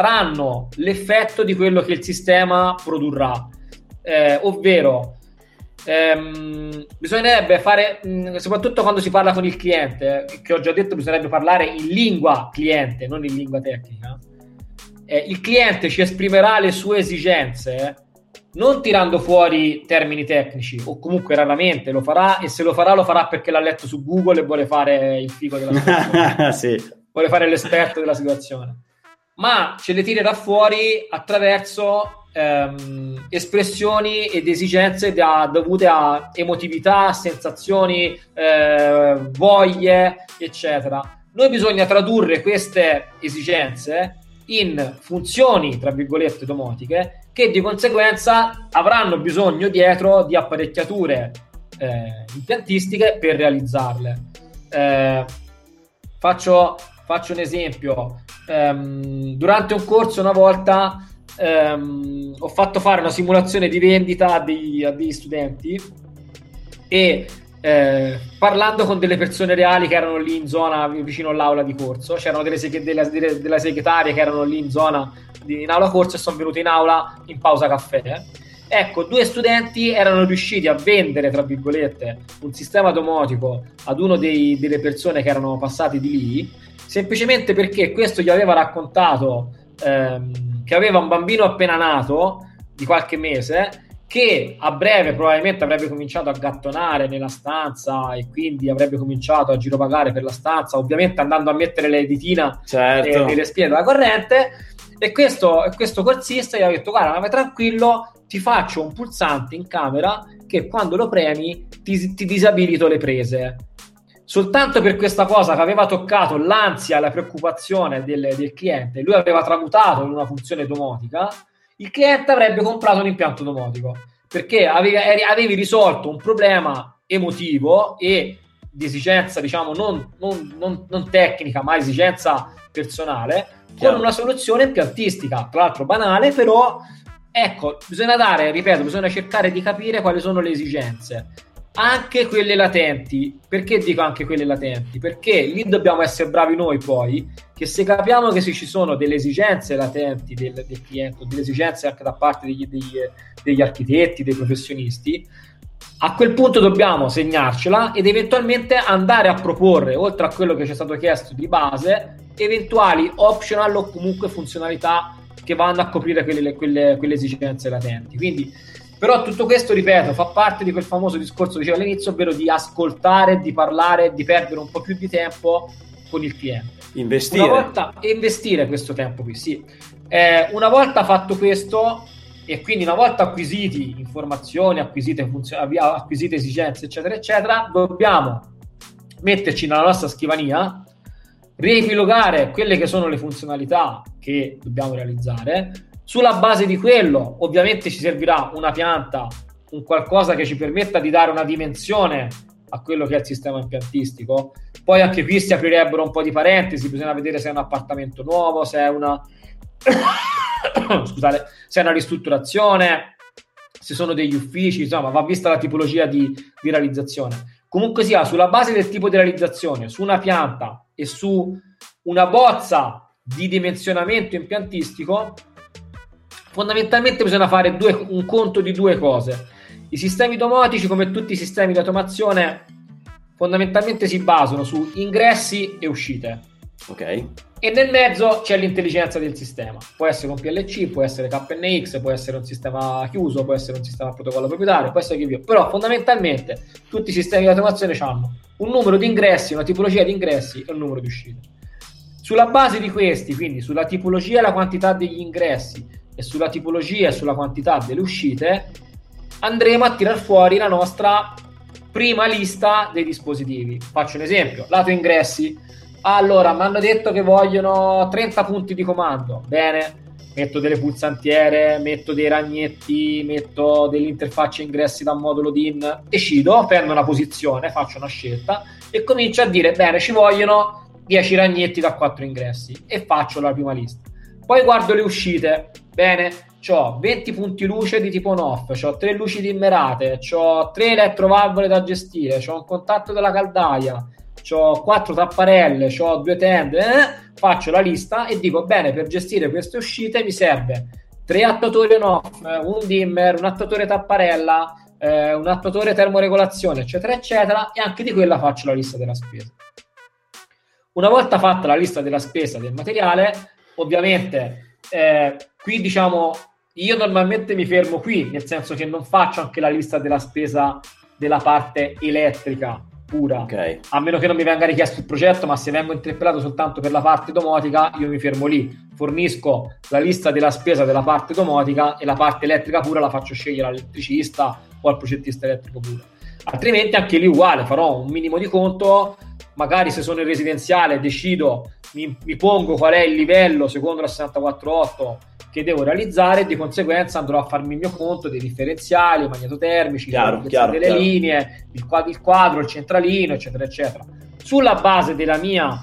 S3: saranno l'effetto di quello che il sistema produrrà, ovvero bisognerebbe fare, soprattutto quando si parla con il cliente, che ho già detto, bisognerebbe parlare in lingua cliente, non in lingua tecnica. Il cliente ci esprimerà le sue esigenze non tirando fuori termini tecnici, o comunque raramente lo farà, e se lo farà perché l'ha letto su Google e vuole fare il figo della situazione.
S5: Sì.
S3: Vuole fare l'esperto della situazione, ma ce le tirerà fuori attraverso espressioni ed esigenze dovute a emotività, sensazioni, voglie, eccetera. Noi bisogna tradurre queste esigenze in funzioni, tra virgolette, domotiche, che di conseguenza avranno bisogno dietro di apparecchiature impiantistiche per realizzarle. Faccio un esempio. Durante un corso una volta ho fatto fare una simulazione di vendita a degli studenti e parlando con delle persone reali che erano lì in zona vicino all'aula di corso, c'erano delle segretarie che erano lì in zona in aula corso e sono venute in aula in pausa caffè. Ecco, 2 studenti erano riusciti a vendere, tra virgolette, un sistema domotico ad uno delle persone che erano passati di lì, semplicemente perché questo gli aveva raccontato che aveva un bambino appena nato di qualche mese, che a breve probabilmente avrebbe cominciato a gattonare nella stanza e quindi avrebbe cominciato a girovagare per la stanza, ovviamente andando a mettere le ditina nelle spine della corrente. E questo corsista gli ha detto: guarda, ma vai tranquillo, ti faccio un pulsante in camera che quando lo premi ti disabilito le prese. Soltanto per questa cosa che aveva toccato l'ansia e la preoccupazione del cliente, lui aveva tramutato in una funzione domotica, il cliente avrebbe comprato un impianto domotico, perché avevi risolto un problema emotivo e di esigenza, diciamo, non tecnica, ma esigenza personale, con una soluzione impiantistica, tra l'altro banale, però ecco, bisogna cercare di capire quali sono le esigenze, anche quelle latenti. Perché dico anche quelle latenti? Perché lì dobbiamo essere bravi noi poi, che se capiamo che se ci sono delle esigenze latenti del cliente, delle esigenze anche da parte degli architetti, dei professionisti, a quel punto dobbiamo segnarcela ed eventualmente andare a proporre, oltre a quello che ci è stato chiesto di base, eventuali optional o comunque funzionalità che vanno a coprire quelle esigenze latenti. Quindi, però tutto questo, ripeto, fa parte di quel famoso discorso che dicevo all'inizio, ovvero di ascoltare, di parlare, di perdere un po' più di tempo con il cliente. Investire questo tempo qui, sì. Una volta fatto questo, e quindi una volta acquisiti informazioni, acquisite esigenze, eccetera, eccetera, dobbiamo metterci nella nostra scrivania, riepilogare quelle che sono le funzionalità che dobbiamo realizzare. Sulla base di quello, ovviamente, ci servirà una pianta, un qualcosa che ci permetta di dare una dimensione a quello che è il sistema impiantistico. Poi anche qui si aprirebbero un po' di parentesi, bisogna vedere se è un appartamento nuovo, se è una scusate, se è una ristrutturazione, se sono degli uffici, insomma va vista la tipologia di realizzazione. Comunque sia, sulla base del tipo di realizzazione, su una pianta e su una bozza di dimensionamento impiantistico, fondamentalmente bisogna fare un conto di 2 cose. I sistemi domotici, come tutti i sistemi di automazione, fondamentalmente si basano su ingressi e uscite.
S5: Ok.
S3: E nel mezzo c'è l'intelligenza del sistema. Può essere un PLC, può essere KNX, può essere un sistema chiuso, può essere un sistema a protocollo proprietario, può essere che più. Però fondamentalmente tutti i sistemi di automazione hanno un numero di ingressi, una tipologia di ingressi e un numero di uscite. Sulla base di questi, quindi sulla tipologia e la quantità degli ingressi e sulla tipologia e sulla quantità delle uscite, andremo a tirar fuori la nostra prima lista dei dispositivi. Faccio un esempio: lato ingressi. Allora, mi hanno detto che vogliono 30 punti di comando. Bene, metto delle pulsantiere, metto dei ragnetti, metto delle interfacce ingressi da un modulo DIN, decido, prendo una posizione, faccio una scelta e comincio a dire: bene, ci vogliono 10 ragnetti da 4 ingressi, e faccio la prima lista. Poi guardo le uscite. Bene, c'ho 20 punti luce di tipo on-off, c'ho 3 luci dimmerate, c'ho 3 elettrovalvole da gestire, c'ho un contatto della caldaia, c'ho 4 tapparelle, c'ho 2 tende, faccio la lista e dico: bene, per gestire queste uscite mi serve 3 attuatori on-off, un dimmer, un attuatore tapparella, un attuatore termoregolazione, eccetera, eccetera, e anche di quella faccio la lista della spesa. Una volta fatta la lista della spesa del materiale, ovviamente qui diciamo io normalmente mi fermo qui, nel senso che non faccio anche la lista della spesa della parte elettrica pura,
S5: Ok.
S3: a meno che non mi venga richiesto il progetto, ma se vengo interpellato soltanto per la parte domotica io mi fermo lì, fornisco la lista della spesa della parte domotica e la parte elettrica pura la faccio scegliere all'elettricista o al progettista elettrico puro. Altrimenti anche lì uguale, farò un minimo di conto, magari se sono in residenziale decido, mi pongo qual è il livello secondo la 648 che devo realizzare, e di conseguenza andrò a farmi il mio conto dei differenziali, i magnetotermici, delle linee, il quadro, il centralino, eccetera, eccetera. Sulla base della mia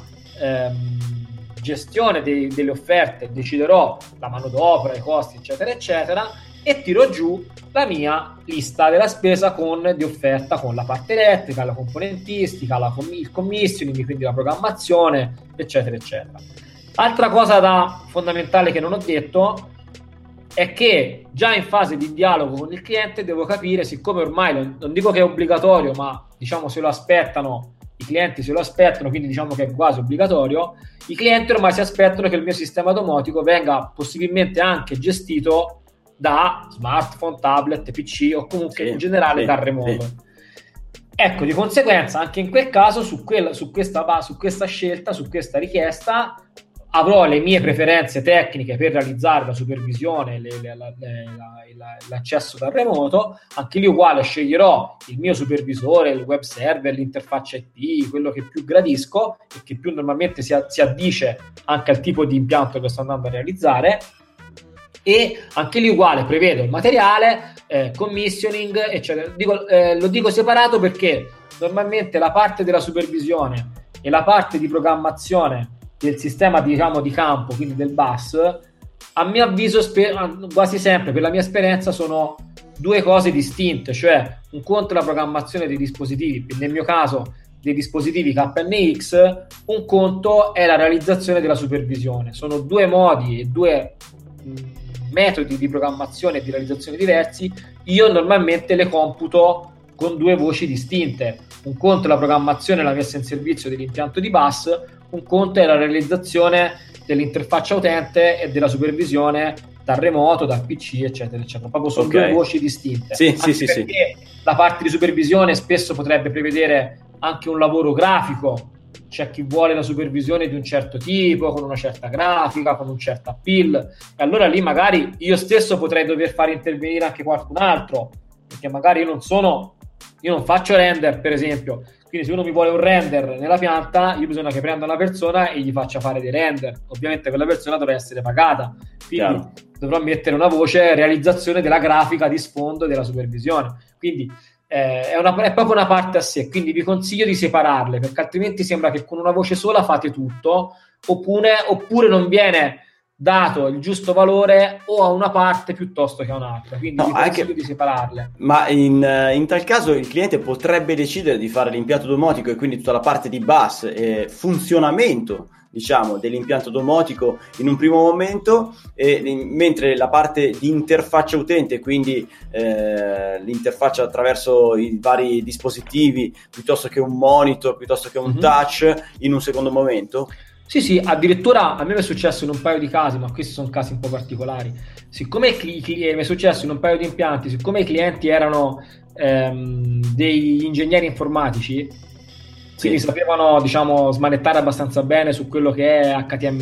S3: gestione delle offerte deciderò la manodopera, i costi, eccetera, eccetera, e tiro giù la mia lista della spesa di offerta con la parte elettrica, la componentistica, il commissioning, quindi la programmazione, eccetera, eccetera. Altra cosa fondamentale che non ho detto è che già in fase di dialogo con il cliente devo capire, siccome ormai non dico che è obbligatorio, ma diciamo se lo aspettano, i clienti se lo aspettano, quindi diciamo che è quasi obbligatorio, i clienti ormai si aspettano che il mio sistema domotico venga possibilmente anche gestito da smartphone, tablet, PC o comunque in generale da remoto. Ecco, di conseguenza anche in quel caso su questa scelta, su questa richiesta avrò le mie preferenze tecniche per realizzare la supervisione, l'accesso dal remoto. Anche lì uguale, sceglierò il mio supervisore, il web server, l'interfaccia IP, quello che più gradisco e che più normalmente si addice anche al tipo di impianto che sto andando a realizzare. E anche lì uguale, prevedo il materiale, commissioning, eccetera. Lo dico separato perché normalmente la parte della supervisione e la parte di programmazione del sistema di campo, quindi del bus, a mio avviso quasi sempre, per la mia esperienza, sono due cose distinte, cioè un conto è la programmazione dei dispositivi, nel mio caso dei dispositivi KNX, un conto è la realizzazione della supervisione. Sono due modi e due metodi di programmazione e di realizzazione diversi. Io normalmente le computo con due voci distinte. Un conto è la programmazione e la messa in servizio dell'impianto di bus, un conto è la realizzazione dell'interfaccia utente e della supervisione dal remoto, dal PC, eccetera, eccetera. Proprio sono due voci distinte. Sì. La parte di supervisione spesso potrebbe prevedere anche un lavoro grafico. C'è chi vuole la supervisione di un certo tipo, con una certa grafica, con un certo appeal, e allora lì magari io stesso potrei dover fare intervenire anche qualcun altro, perché magari io non faccio render, per esempio. Quindi se uno mi vuole un render nella pianta, io bisogna che prenda una persona e gli faccia fare dei render. Ovviamente quella persona dovrà essere pagata, quindi dovrò mettere una voce realizzazione della grafica di sfondo e della supervisione. Quindi è proprio una parte a sé, quindi vi consiglio di separarle, perché altrimenti sembra che con una voce sola fate tutto, oppure non viene dato il giusto valore o a una parte piuttosto che a un'altra, quindi vi consiglio di separarle.
S5: Ma in tal caso il cliente potrebbe decidere di fare l'impianto domotico e quindi tutta la parte di bus e funzionamento, diciamo, dell'impianto domotico in un primo momento, mentre la parte di interfaccia utente, quindi l'interfaccia attraverso i vari dispositivi, piuttosto che un monitor, piuttosto che un touch, in un secondo momento.
S3: Sì, addirittura a me mi è successo in un paio di casi, ma questi sono casi un po' particolari. Siccome mi è successo in un paio di impianti, siccome i clienti erano degli ingegneri informatici, quindi sapevano, diciamo, smanettare abbastanza bene su quello che è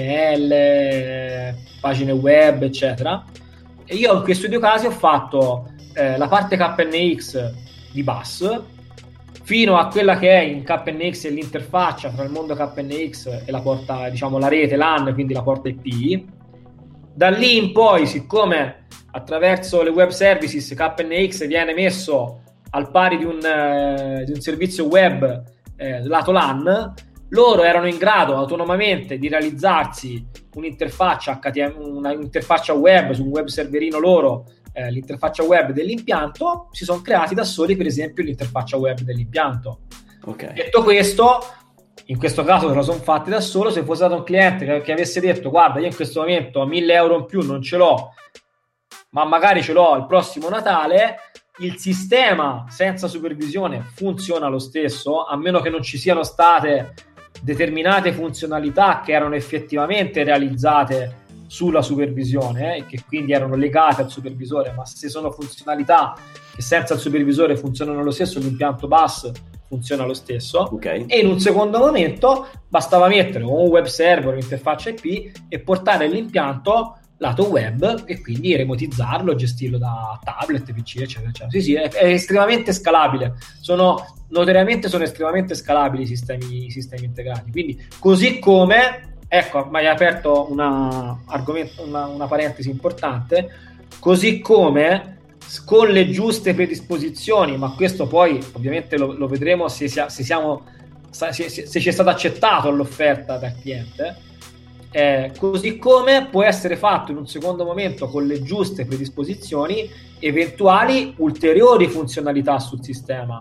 S3: HTML, pagine web, eccetera. E io in questi due casi ho fatto la parte KNX di bus, fino a quella che è in KNX e l'interfaccia tra il mondo KNX e la porta, diciamo, la rete LAN, quindi la porta IP. Da lì in poi, siccome attraverso le web services KNX viene messo al pari di un servizio web lato LAN, loro erano in grado autonomamente di realizzarsi un'interfaccia un'interfaccia web su un web serverino loro, l'interfaccia web dell'impianto. Si sono creati da soli, per esempio, l'interfaccia web dell'impianto. Detto questo, in questo caso se lo sono fatti da solo. Se fosse stato un cliente che avesse detto: guarda, io in questo momento 1.000 euro in più non ce l'ho, ma magari ce l'ho il prossimo Natale, il sistema senza supervisione funziona lo stesso, a meno che non ci siano state determinate funzionalità che erano effettivamente realizzate sulla supervisione e che quindi erano legate al supervisore, ma se sono funzionalità che senza il supervisore funzionano lo stesso, l'impianto bus funziona lo stesso.
S5: Ok.
S3: E in un secondo momento bastava mettere un web server, un'interfaccia IP e portare l'impianto lato web e quindi remotizzarlo, gestirlo da tablet, PC, eccetera, eccetera. Sì, sì, è estremamente scalabile. Notoriamente sono estremamente scalabili i sistemi integrati. Quindi, così come, ecco, mi hai aperto una parentesi importante, così come con le giuste predisposizioni, ma questo poi ovviamente lo vedremo se ci è stato accettato l'offerta dal cliente. Così come può essere fatto in un secondo momento con le giuste predisposizioni eventuali ulteriori funzionalità sul sistema,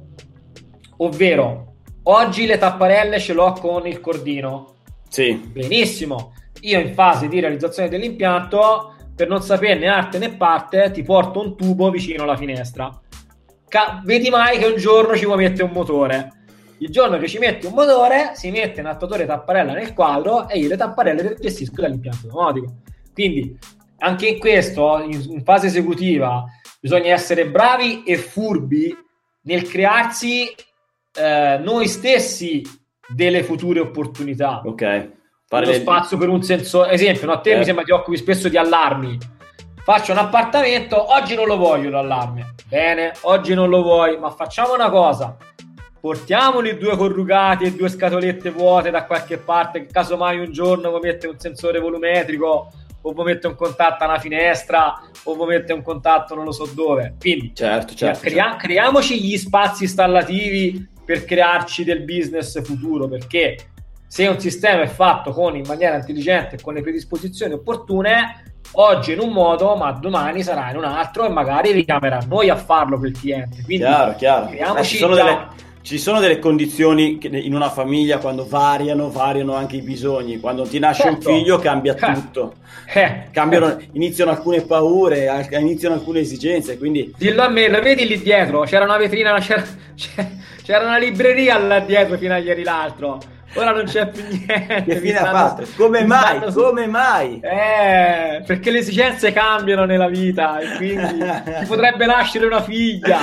S3: ovvero oggi le tapparelle ce l'ho con il cordino,
S5: sì,
S3: benissimo, io in fase di realizzazione dell'impianto, per non saperne arte né parte, ti porto un tubo vicino alla finestra. Vedi mai che un giorno ci vuoi mettere un motore. Il giorno che ci metti un motore, si mette un attuatore tapparella nel quadro e io le tapparelle le gestisco dall'impianto domotico. Quindi anche in questo, in fase esecutiva, bisogna essere bravi e furbi nel crearsi noi stessi delle future opportunità.
S5: Ok.
S3: Lo spazio per un sensore. Esempio, no, a te mi sembra ti occupi spesso di allarmi. Faccio un appartamento, oggi non lo voglio l'allarme. Bene, oggi non lo vuoi, ma facciamo una cosa. Portiamoli 2 corrugati e 2 scatolette vuote da qualche parte, che casomai un giorno vuoi mettere un sensore volumetrico o vuoi mettere un contatto a una finestra o vuoi mettere un contatto non lo so dove. Quindi certo. Creiamoci gli spazi installativi per crearci del business futuro, perché se un sistema è fatto in maniera intelligente e con le predisposizioni opportune, oggi in un modo, ma domani sarà in un altro e magari richiamerà noi a farlo per il cliente. Quindi
S5: chiaro. Ci sono delle condizioni che in una famiglia, quando variano anche i bisogni. Quando ti nasce un figlio cambia tutto. Iniziano alcune paure, iniziano alcune esigenze. Quindi
S3: dillo a me, lo vedi lì dietro? C'era una vetrina, c'era una libreria là dietro fino a ieri l'altro. Ora non c'è più niente.
S5: Che fine ha fatto? Come mai?
S3: Perché le esigenze cambiano nella vita e quindi ti potrebbe nascere una figlia.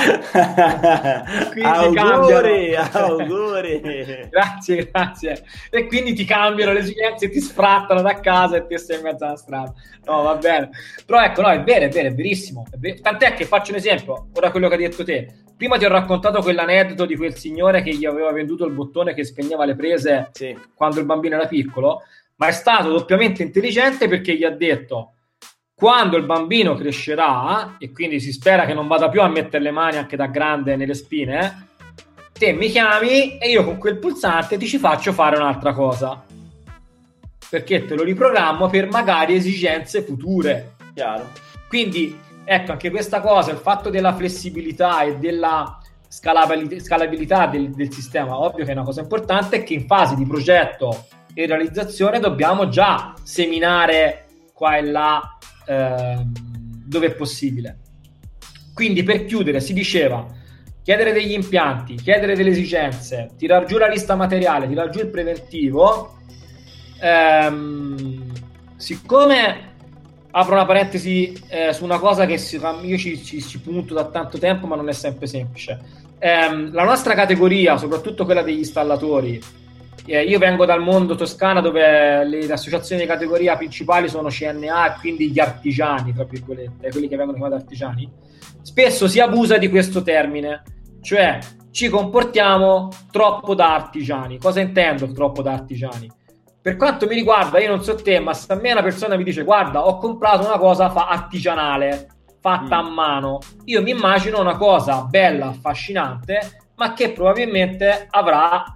S3: Quindi
S5: auguri.
S3: Grazie. E quindi ti cambiano le esigenze e ti sfrattano da casa e te sei in mezzo alla strada. No, va bene. Però ecco, no, è vero, è verissimo. Tant'è che faccio un esempio, ora quello che hai detto te. Prima ti ho raccontato quell'aneddoto di quel signore che gli aveva venduto il bottone che spegneva le prese quando il bambino era piccolo, ma è stato doppiamente intelligente perché gli ha detto: quando il bambino crescerà, e quindi si spera che non vada più a mettere le mani anche da grande nelle spine, te mi chiami e io con quel pulsante ti ci faccio fare un'altra cosa, perché te lo riprogrammo per magari esigenze future.
S5: Chiaro.
S3: Quindi ecco, anche questa cosa, il fatto della flessibilità e della scalabilità del sistema, ovvio che è una cosa importante, che in fase di progetto e realizzazione dobbiamo già seminare qua e là dove è possibile. Quindi, per chiudere, si diceva chiedere degli impianti, chiedere delle esigenze, tirar giù la lista materiale, tirar giù il preventivo. Siccome apro una parentesi su una cosa che io ci punto da tanto tempo, ma non è sempre semplice. La nostra categoria, soprattutto quella degli installatori, io vengo dal mondo toscano dove le associazioni di categoria principali sono CNA, quindi gli artigiani, tra virgolette, quelli che vengono chiamati artigiani. Spesso si abusa di questo termine, cioè ci comportiamo troppo da artigiani. Cosa intendo troppo da artigiani? Per quanto mi riguarda, io non so te, ma se a me una persona mi dice guarda, ho comprato una cosa artigianale, fatta a mano, io mi immagino una cosa bella, affascinante, ma che probabilmente avrà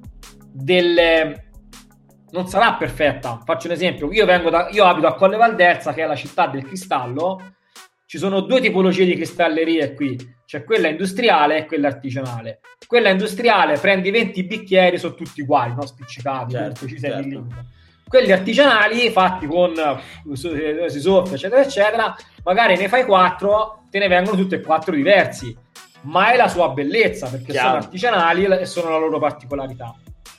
S3: non sarà perfetta. Faccio un esempio: io abito a Colle Valdelsa, che è la città del cristallo. Ci sono 2 tipologie di cristallerie qui, c'è quella industriale e quella artigianale. Quella industriale, prendi 20 bicchieri, sono tutti uguali, no? Spiccicati,
S5: certo.
S3: Quelli artigianali fatti con si soffia, eccetera, eccetera, magari ne fai 4, te ne vengono tutte e 4 diversi, ma è la sua bellezza, perché sono artigianali e sono la loro particolarità.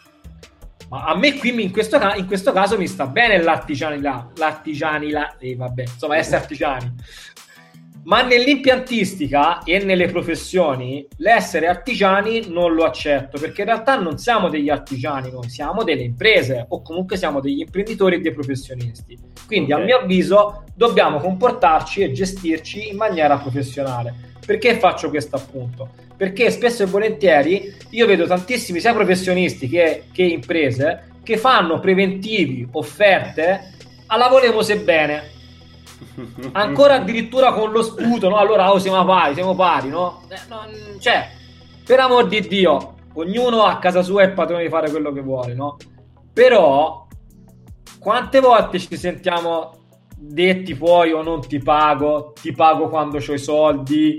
S3: Ma a me qui in questo caso mi sta bene l'artigianità, vabbè, insomma, essere artigiani. Ma nell'impiantistica e nelle professioni l'essere artigiani non lo accetto, perché in realtà non siamo degli artigiani, noi siamo delle imprese o comunque siamo degli imprenditori e dei professionisti. Quindi a mio avviso dobbiamo comportarci e gestirci in maniera professionale. Perché faccio questo appunto? Perché spesso e volentieri io vedo tantissimi sia professionisti che imprese che fanno preventivi, offerte alla volevo se bene, ancora addirittura con lo sputo, no? Allora siamo pari, no? Cioè, per amor di Dio, ognuno a casa sua è padrone di fare quello che vuole, no? Però quante volte ci sentiamo detti poi o non ti pago quando c'ho i soldi,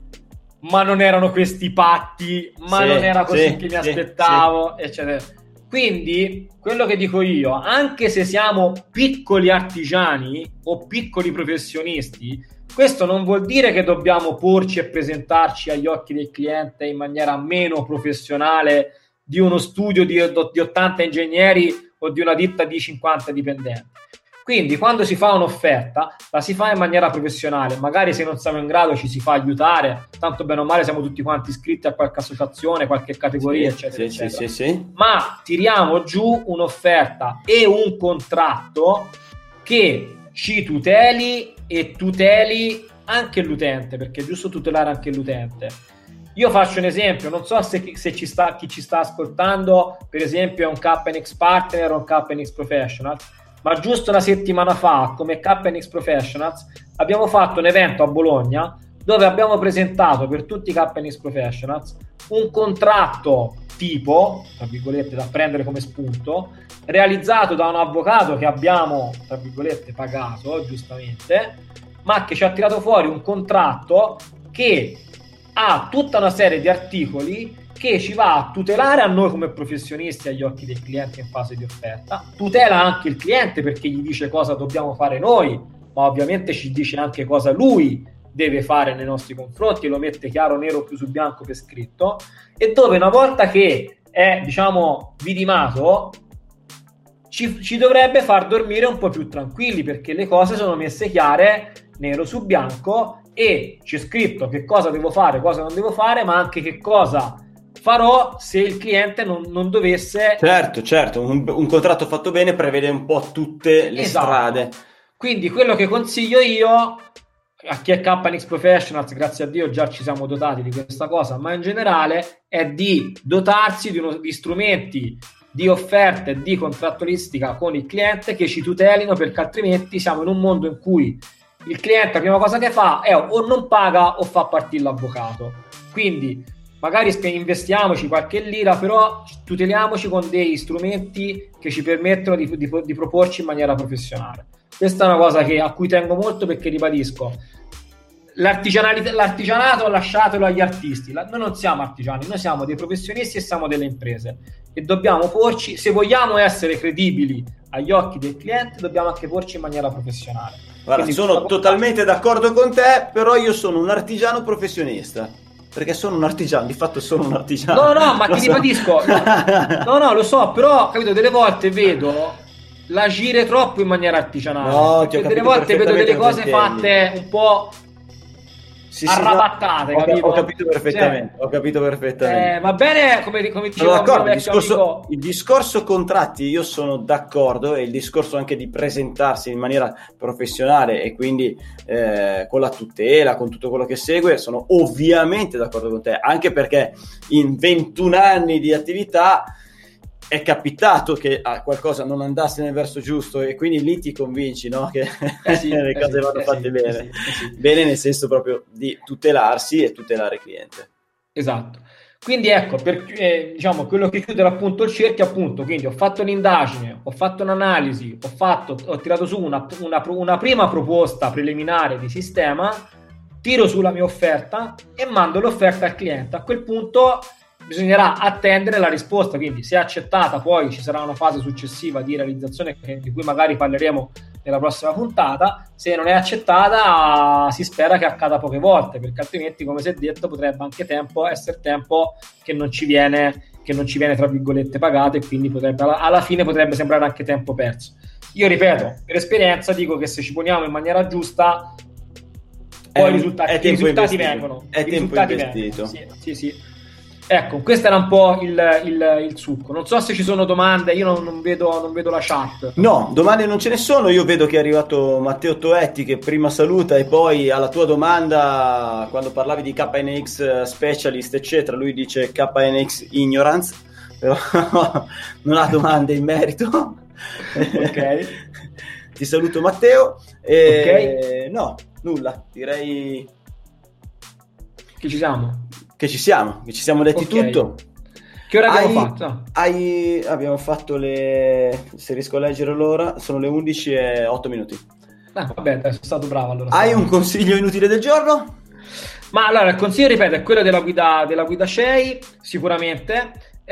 S3: ma non erano questi patti, ma non era così che mi aspettavo, eccetera. Quindi quello che dico io, anche se siamo piccoli artigiani o piccoli professionisti, questo non vuol dire che dobbiamo porci e presentarci agli occhi del cliente in maniera meno professionale di uno studio di 80 ingegneri o di una ditta di 50 dipendenti. Quindi quando si fa un'offerta la si fa in maniera professionale, magari se non siamo in grado ci si fa aiutare, tanto bene o male siamo tutti quanti iscritti a qualche associazione, qualche categoria, eccetera. Ma tiriamo giù un'offerta e un contratto che ci tuteli e tuteli anche l'utente, perché è giusto tutelare anche l'utente. Io faccio un esempio, non so se chi ci sta ascoltando per esempio è un KNX Partner o un KNX Professional, ma giusto una settimana fa come KNX Professionals abbiamo fatto un evento a Bologna dove abbiamo presentato per tutti i KNX Professionals un contratto tipo, tra virgolette, da prendere come spunto, realizzato da un avvocato che abbiamo, tra virgolette, pagato, giustamente, ma che ci ha tirato fuori un contratto che ha tutta una serie di articoli che ci va a tutelare a noi come professionisti agli occhi del cliente in fase di offerta, tutela anche il cliente perché gli dice cosa dobbiamo fare noi, ma ovviamente ci dice anche cosa lui deve fare nei nostri confronti e lo mette chiaro nero più su bianco per scritto, e dove una volta che è, diciamo, vidimato ci dovrebbe far dormire un po' più tranquilli, perché le cose sono messe chiare nero su bianco e c'è scritto che cosa devo fare, cosa non devo fare, ma anche che cosa farò se il cliente non dovesse... Certo, un contratto fatto bene prevede un po' tutte le strade. Quindi quello che consiglio io a chi è KNX Professionals, grazie a Dio già ci siamo dotati di questa cosa, ma in generale è di dotarsi di strumenti di offerta e di contrattualistica con il cliente che ci tutelino, perché altrimenti siamo in un mondo in cui il cliente la prima cosa che fa è o non paga o fa partire l'avvocato. Quindi magari investiamoci qualche lira, però tuteliamoci con dei strumenti che ci permettono di proporci in maniera professionale. Questa è una cosa a cui tengo molto, perché ribadisco, l'artigianato lasciatelo agli artisti, noi non siamo artigiani, noi siamo dei professionisti e siamo delle imprese e dobbiamo porci, se vogliamo essere credibili agli occhi del cliente, dobbiamo anche porci in maniera professionale.
S5: Guarda, quindi sono totalmente d'accordo con te, però io sono un artigiano professionista. Perché sono un artigiano, di fatto sono un artigiano.
S3: No, ma ti ribadisco. No, lo so, però, capito, delle volte vedo l'agire troppo in maniera artigianale. Delle volte vedo delle cose fatte un po' arrabattate,
S5: ho capito perfettamente.
S3: Va bene, come dicevo,
S5: il discorso contratti io sono d'accordo, e il discorso anche di presentarsi in maniera professionale e quindi con la tutela, con tutto quello che segue, sono ovviamente d'accordo con te, anche perché in 21 anni di attività è capitato che qualcosa non andasse nel verso giusto, e quindi lì ti convinci, no? Che le cose vanno fatte bene. Bene nel senso proprio di tutelarsi e tutelare il cliente.
S3: Esatto. Quindi ecco, diciamo, quello che chiude appunto il cerchio, appunto, quindi ho fatto l'indagine, ho fatto un'analisi, ho tirato su una prima proposta preliminare di sistema, tiro sulla mia offerta e mando l'offerta al cliente. A quel punto bisognerà attendere la risposta, quindi se accettata poi ci sarà una fase successiva di realizzazione di cui magari parleremo nella prossima puntata. Se non è accettata si spera che accada poche volte, perché altrimenti, come si è detto, potrebbe anche essere tempo che non ci viene tra virgolette pagato, e quindi alla fine potrebbe sembrare anche tempo perso. Io ripeto, per esperienza dico che se ci poniamo in maniera giusta poi i risultati vengono.
S5: È tempo investito.
S3: Sì. Ecco, questo era un po' il succo. Non so se ci sono domande, io non vedo la chat.
S5: No, domande non ce ne sono. Io vedo che è arrivato Matteo Toetti, che prima saluta e poi alla tua domanda, quando parlavi di KNX Specialist eccetera, lui dice KNX Ignorance, però non ha domande in merito.
S3: Ok.
S5: Ti saluto Matteo.
S3: Ok.
S5: No, nulla, direi
S3: che ci siamo.
S5: Che ci siamo detti tutto.
S3: Che ora abbiamo fatto?
S5: Abbiamo fatto se riesco a leggere l'ora, sono le 11:08.
S3: Vabbè, sono stato bravo allora.
S5: Hai un consiglio inutile del giorno?
S3: Ma allora, il consiglio, ripeto, è quello della guida Shay, sicuramente.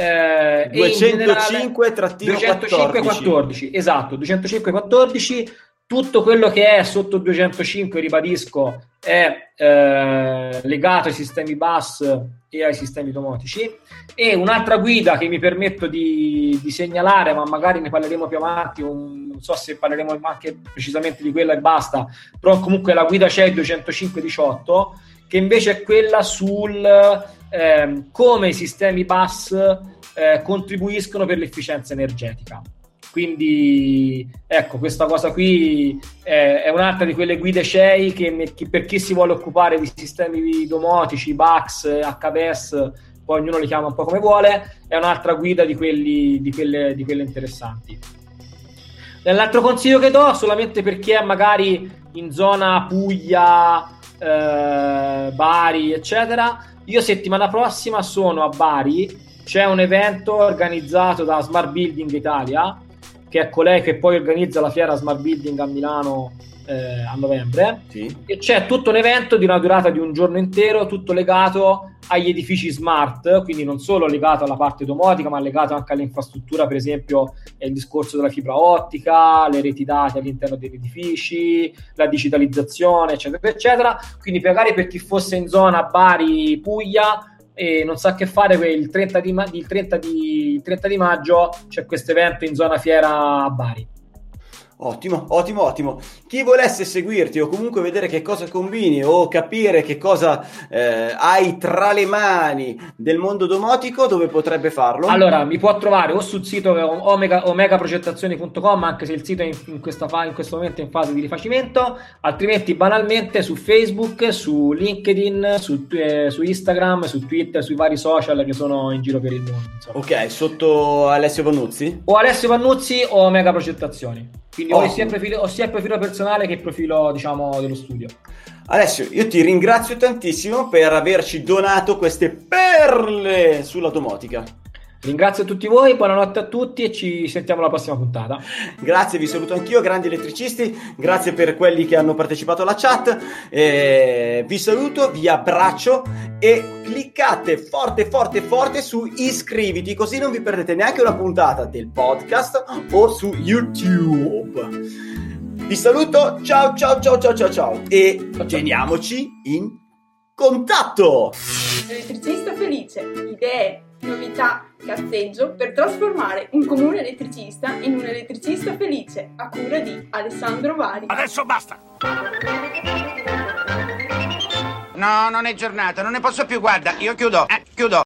S5: 205-14.
S3: Esatto, 205-14. Tutto quello che è sotto 205, ribadisco, è legato ai sistemi bus e ai sistemi domotici. E un'altra guida che mi permetto di segnalare, ma magari ne parleremo più avanti, non so se parleremo anche precisamente di quella e basta, però comunque la guida c'è 205-18, che invece è quella sul come i sistemi bus contribuiscono per l'efficienza energetica. Quindi ecco, questa cosa qui è un'altra di quelle guide CEI che per chi si vuole occupare di sistemi domotici, BACS, HBS, poi ognuno li chiama un po' come vuole, è un'altra guida di quelle interessanti. L'altro consiglio che do, solamente per chi è magari in zona Puglia, Bari, eccetera, io settimana prossima sono a Bari, c'è un evento organizzato da Smart Building Italia, che è colei che poi organizza la fiera Smart Building a Milano a novembre,
S5: sì.
S3: E c'è tutto un evento di una durata di un giorno intero, tutto legato agli edifici smart, quindi non solo legato alla parte domotica, ma legato anche all'infrastruttura, per esempio il discorso della fibra ottica, le reti dati all'interno degli edifici, la digitalizzazione, eccetera, eccetera. Quindi magari per chi fosse in zona Bari, Puglia, e non sa che fare, il 30 di maggio c'è questo evento in zona fiera a Bari.
S5: Ottimo. Chi volesse seguirti o comunque vedere che cosa combini o capire che cosa hai tra le mani del mondo domotico, dove potrebbe farlo?
S3: Allora, mi può trovare o sul sito omegaprogettazioni.com, anche se il sito è in questo momento è in fase di rifacimento, altrimenti banalmente su Facebook, su LinkedIn, su Instagram, su Twitter, sui vari social che sono in giro per il mondo, insomma.
S5: Ok, sotto Alessio Vannuzzi?
S3: O Alessio Vannuzzi o Omega Progettazioni. Quindi ho sia profilo personale che profilo, diciamo, dello studio.
S5: Alessio, io ti ringrazio tantissimo per averci donato queste perle sulla domotica.
S3: Ringrazio tutti voi, buonanotte a tutti e ci sentiamo alla prossima puntata.
S5: Grazie, vi saluto anch'io, grandi elettricisti, grazie per quelli che hanno partecipato alla chat, vi saluto, vi abbraccio e cliccate forte su iscriviti, così non vi perdete neanche una puntata del podcast o su YouTube. Vi saluto, ciao e teniamoci in contatto.
S2: Elettricista felice, idee, novità, cazzeggio per trasformare un comune elettricista in un elettricista felice, a cura di Alessandro Vari.
S6: Adesso basta! No, non è giornata, non ne posso più, guarda, io chiudo.